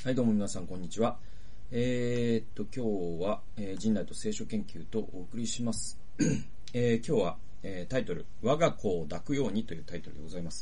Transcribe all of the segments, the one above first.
はい、どうも皆さん、こんにちは。今日は、人類と聖書研究とお送りします。今日は、タイトル、我が子を抱くようにというタイトルでございます。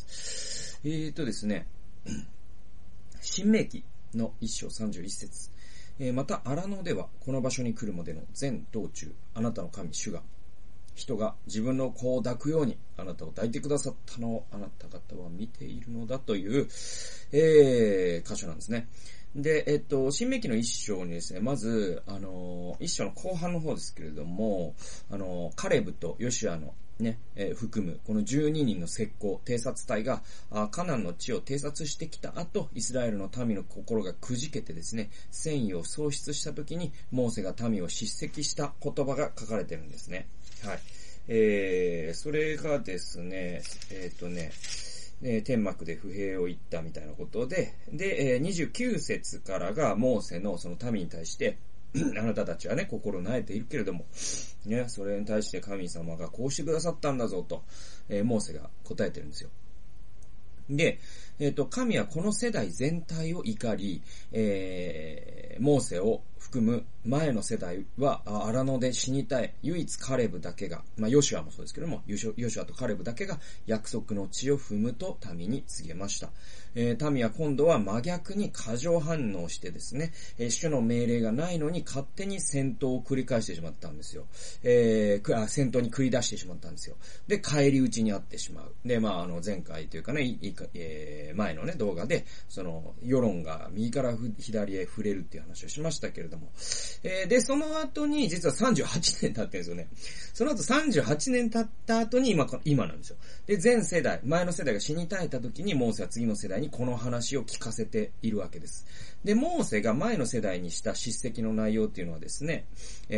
ですね、新明記の1章31節、また荒野ではこの場所に来るまでの全道中、あなたの神主が、人が自分の子を抱くようにあなたを抱いてくださったのをあなた方は見ているのだという、箇所なんですね。で、新明記の一章にですね、まず、一章の後半の方ですけれども、カレブとヨシュアのね、含む、この12人の石膏、偵察隊が、カナンの地を偵察してきた後、イスラエルの民の心がくじけてですね、戦意を喪失した時に、モーセが民を叱責した言葉が書かれてるんですね。はい。それがですね、天幕で不平を言ったみたいなことで、29節からがモーセのその民に対して、あなたたちはね、心萎えているけれども、ね、それに対して神様がこうしてくださったんだぞと、モーセが答えてるんですよ。で、神はこの世代全体を怒り、モーセを含む前の世代は荒野で死にたい唯一カレブだけが、ヨシュアもそうですけども、ヨシュアとカレブだけが約束の地を踏むと民に告げました。民は今度は真逆に過剰反応してですね、主の命令がないのに勝手に戦闘を繰り返してしまったんですよ。戦闘に繰り出してしまったんですよ。で、返り討ちにあってしまう。で、前回というかね、前のね、動画で、その、世論が右から左へ触れるっていう話をしましたけれども、で、その後に、実は38年経ってるんですよね。その後38年経った後に今なんですよ。で、前の世代が死に絶えた時に、モーセは次の世代にこの話を聞かせているわけです。で、モーセが前の世代にした叱責の内容っていうのはですね、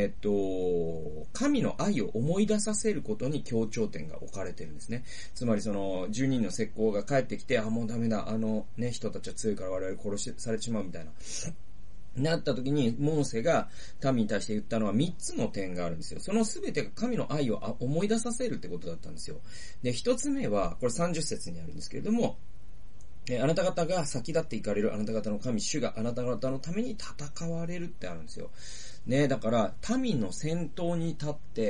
神の愛を思い出させることに強調点が置かれてるんですね。つまりその、10人の石膏が帰ってきて、もうダメだ、人たちは強いから我々殺されちまうみたいな。なった時に、モーセが民に対して言ったのは3つの点があるんですよ。その全てが神の愛を思い出させるってことだったんですよ。で、1つ目は、これ30節にあるんですけれども、あなた方が先立って行かれるあなた方の神主があなた方のために戦われるってあるんですよ。ね、だから、民の先頭に立って、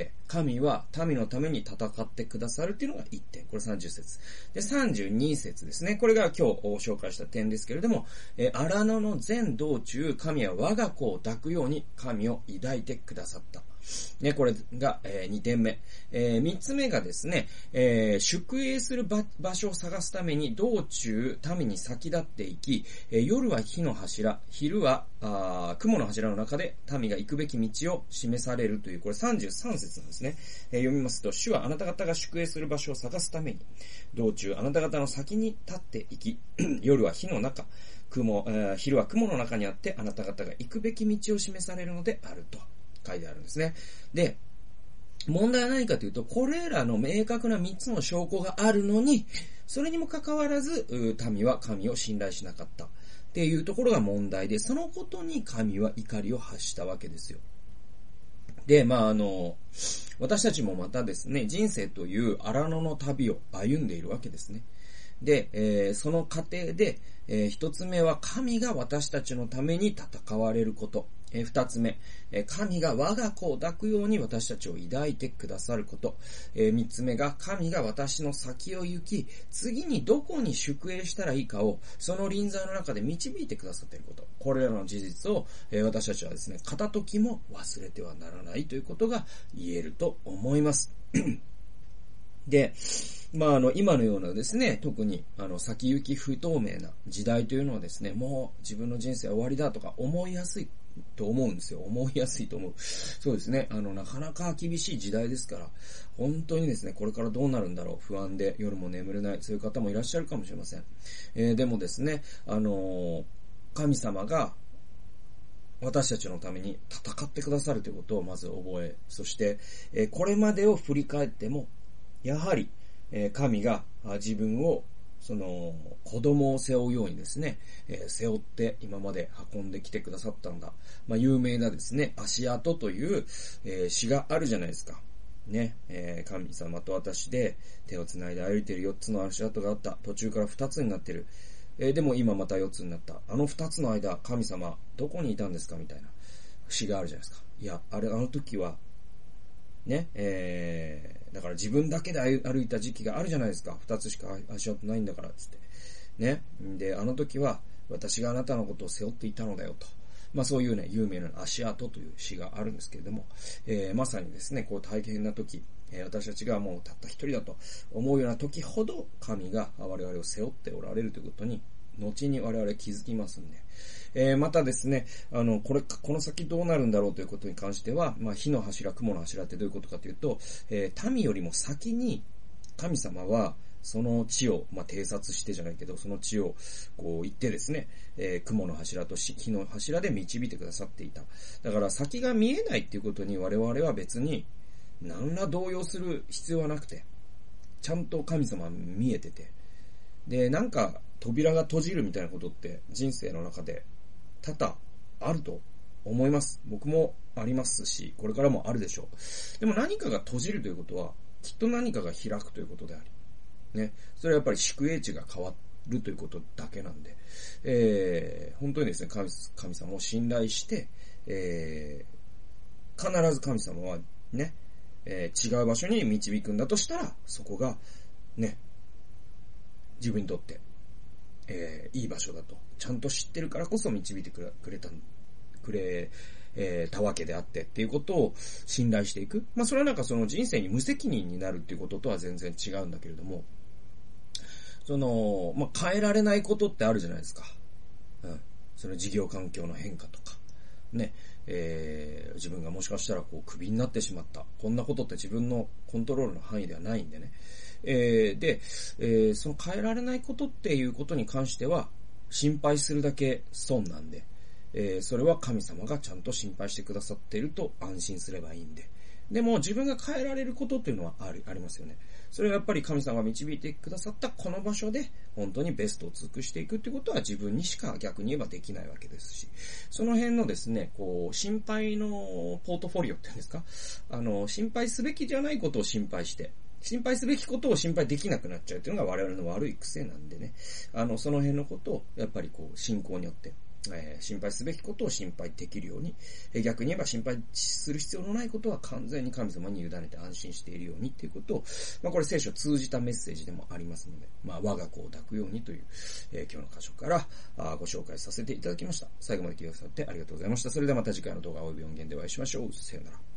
神は民のために戦ってくださるっていうのが1点。これ30節。で、32節ですね。これが今日紹介した点ですけれども、荒野の全道中、神は我が子を抱くように神を抱いてくださった。ね、これが、2点目。3つ目がですね、宿営する場所を探すために道中、民に先立っていき、夜は火の柱、昼は雲の柱の中で民が行くべき道を示されるという、これ33節なんですね。読みますと、主はあなた方が宿営する場所を探すために、道中あなた方の先に立っていき、夜は火の中、昼は雲の中にあってあなた方が行くべき道を示されるのであると書いてあるんですね。で、問題は何かというと、これらの明確な3つの証拠があるのに、それにもかかわらず、民は神を信頼しなかったっていうところが問題で、そのことに神は怒りを発したわけですよ。で、私たちもまたですね、人生という荒野の旅を歩んでいるわけですね。で、その過程で、一つ目は神が私たちのために戦われること。二つ目、神が我が子を抱くように私たちを抱いてくださること。三つ目が神が私の先を行き、次にどこに宿営したらいいかを、その臨在の中で導いてくださっていること。これらの事実を、私たちはですね、片時も忘れてはならないということが言えると思います。で、今のようなですね、特に、先行き不透明な時代というのはですね、もう自分の人生は終わりだとか思いやすいと思うんですよ。思いやすいと思う。そうですね、なかなか厳しい時代ですから、本当にですね、これからどうなるんだろう、不安で夜も眠れない、そういう方もいらっしゃるかもしれません。でもですね、神様が、私たちのために戦ってくださるということをまず覚え、そして、これまでを振り返っても、やはり、神が自分をその子供を背負うようにですね、背負って今まで運んできてくださったんだ。有名なですね、足跡という、詩があるじゃないですか。ね、神様と私で手をつないで歩いている4つの足跡があった。途中から2つになっている。 でも今また4つになった。あの2つの間、神様、どこにいたんですかみたいな詩があるじゃないですか。いや、あの時は、ね、だから自分だけで歩いた時期があるじゃないですか。2つしか足跡ないんだから、つって。ね。で、あの時は、私があなたのことを背負っていたのだよと。そういうね、有名な足跡という詩があるんですけれども、まさにですね、こう大変な時、私たちがもうたった一人だと思うような時ほど神が我々を背負っておられるということに後に我々気づきますんで、またですね、この先どうなるんだろうということに関しては、火の柱、雲の柱ってどういうことかというと、民よりも先に神様はその地を、偵察してじゃないけど、その地をこう行ってですね、雲の柱と火の柱で導いてくださっていた。だから先が見えないっていうことに我々は別に何ら動揺する必要はなくて、ちゃんと神様見えてて、で、なんか扉が閉じるみたいなことって人生の中で多々あると思います。僕もありますし、これからもあるでしょう。でも何かが閉じるということは、きっと何かが開くということであり、ね、それはやっぱり宿営地が変わるということだけなんで、本当にですね、神様を信頼して、必ず神様はね、違う場所に導くんだとしたら、そこがね、自分にとって、いい場所だとちゃんと知ってるからこそ導いてくれたわけであってっていうことを信頼していく。それはなんかその人生に無責任になるっていうこととは全然違うんだけれども、変えられないことってあるじゃないですか。その事業環境の変化とかね、自分がもしかしたらこうクビになってしまった。こんなことって自分のコントロールの範囲ではないんでね。で、その変えられないことっていうことに関しては心配するだけ損なんで、それは神様がちゃんと心配してくださっていると安心すればいいんで。でも自分が変えられることっていうのはありますよね。それはやっぱり神様が導いてくださったこの場所で本当にベストを尽くしていくっていうことは自分にしか逆に言えばできないわけですし、その辺のですね、こう心配のポートフォリオっていうんですか、心配すべきじゃないことを心配して、心配すべきことを心配できなくなっちゃうっていうのが我々の悪い癖なんでね、その辺のことをやっぱりこう信仰によって心配すべきことを心配できるように、逆に言えば心配する必要のないことは完全に神様に委ねて安心しているようにっていうことを、これ聖書を通じたメッセージでもありますので、我が子を抱くようにという、今日の箇所からご紹介させていただきました。最後まで聞いてくださってありがとうございました。それではまた次回の動画及び音源でお会いしましょう。さようなら。